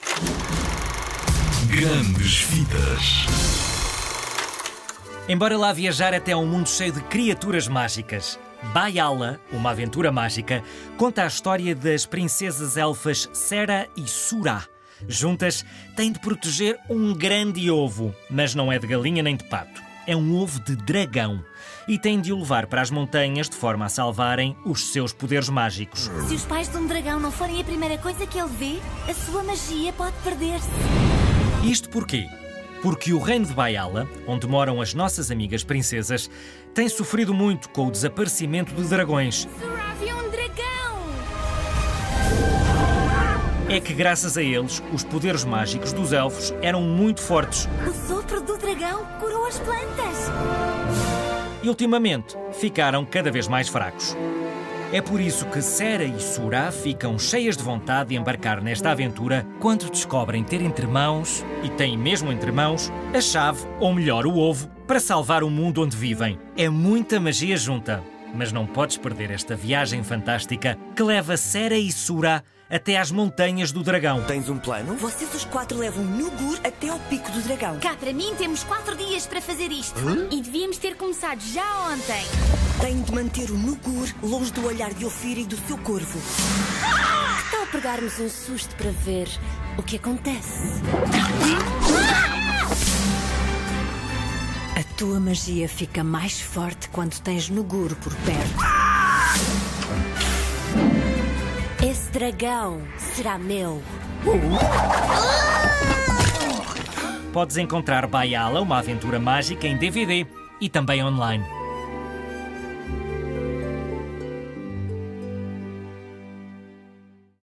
Grandes Vidas. Embora lá viajar até um mundo cheio de criaturas mágicas, Bayala, uma aventura mágica, conta a história das princesas elfas Sera e Sura. Juntas, têm de proteger um grande ovo, mas não é de galinha nem de pato. É um ovo de dragão. E têm de o levar para as montanhas de forma a salvarem os seus poderes mágicos. Se os pais de um dragão não forem a primeira coisa que ele vê, a sua magia pode perder-se. Isto porquê? Porque o reino de Bayala, onde moram as nossas amigas princesas, tem sofrido muito com o desaparecimento de dragões. Havia um dragão! É que, graças a eles, os poderes mágicos dos elfos eram muito fortes. O sopro do dragão curou as plantas. E, ultimamente, ficaram cada vez mais fracos. É por isso que Sera e Sura ficam cheias de vontade de embarcar nesta aventura quando descobrem ter entre mãos, e têm mesmo entre mãos, a chave, ou melhor, o ovo, para salvar o mundo onde vivem. É muita magia junta, mas não podes perder esta viagem fantástica que leva Sera e Sura até às montanhas do dragão. Tens um plano? Vocês os 4 levam Nugur até ao pico do dragão. Cá para mim temos 4 dias para fazer isto. E devíamos ter começado já ontem. Têm de manter o Nugur longe do olhar de Ophir e do seu corvo. Que tal pegarmos um susto para ver o que acontece? A tua magia fica mais forte quando tens Nugur por perto. Esse dragão será meu. Podes encontrar Bayala, uma aventura mágica, em DVD e também online.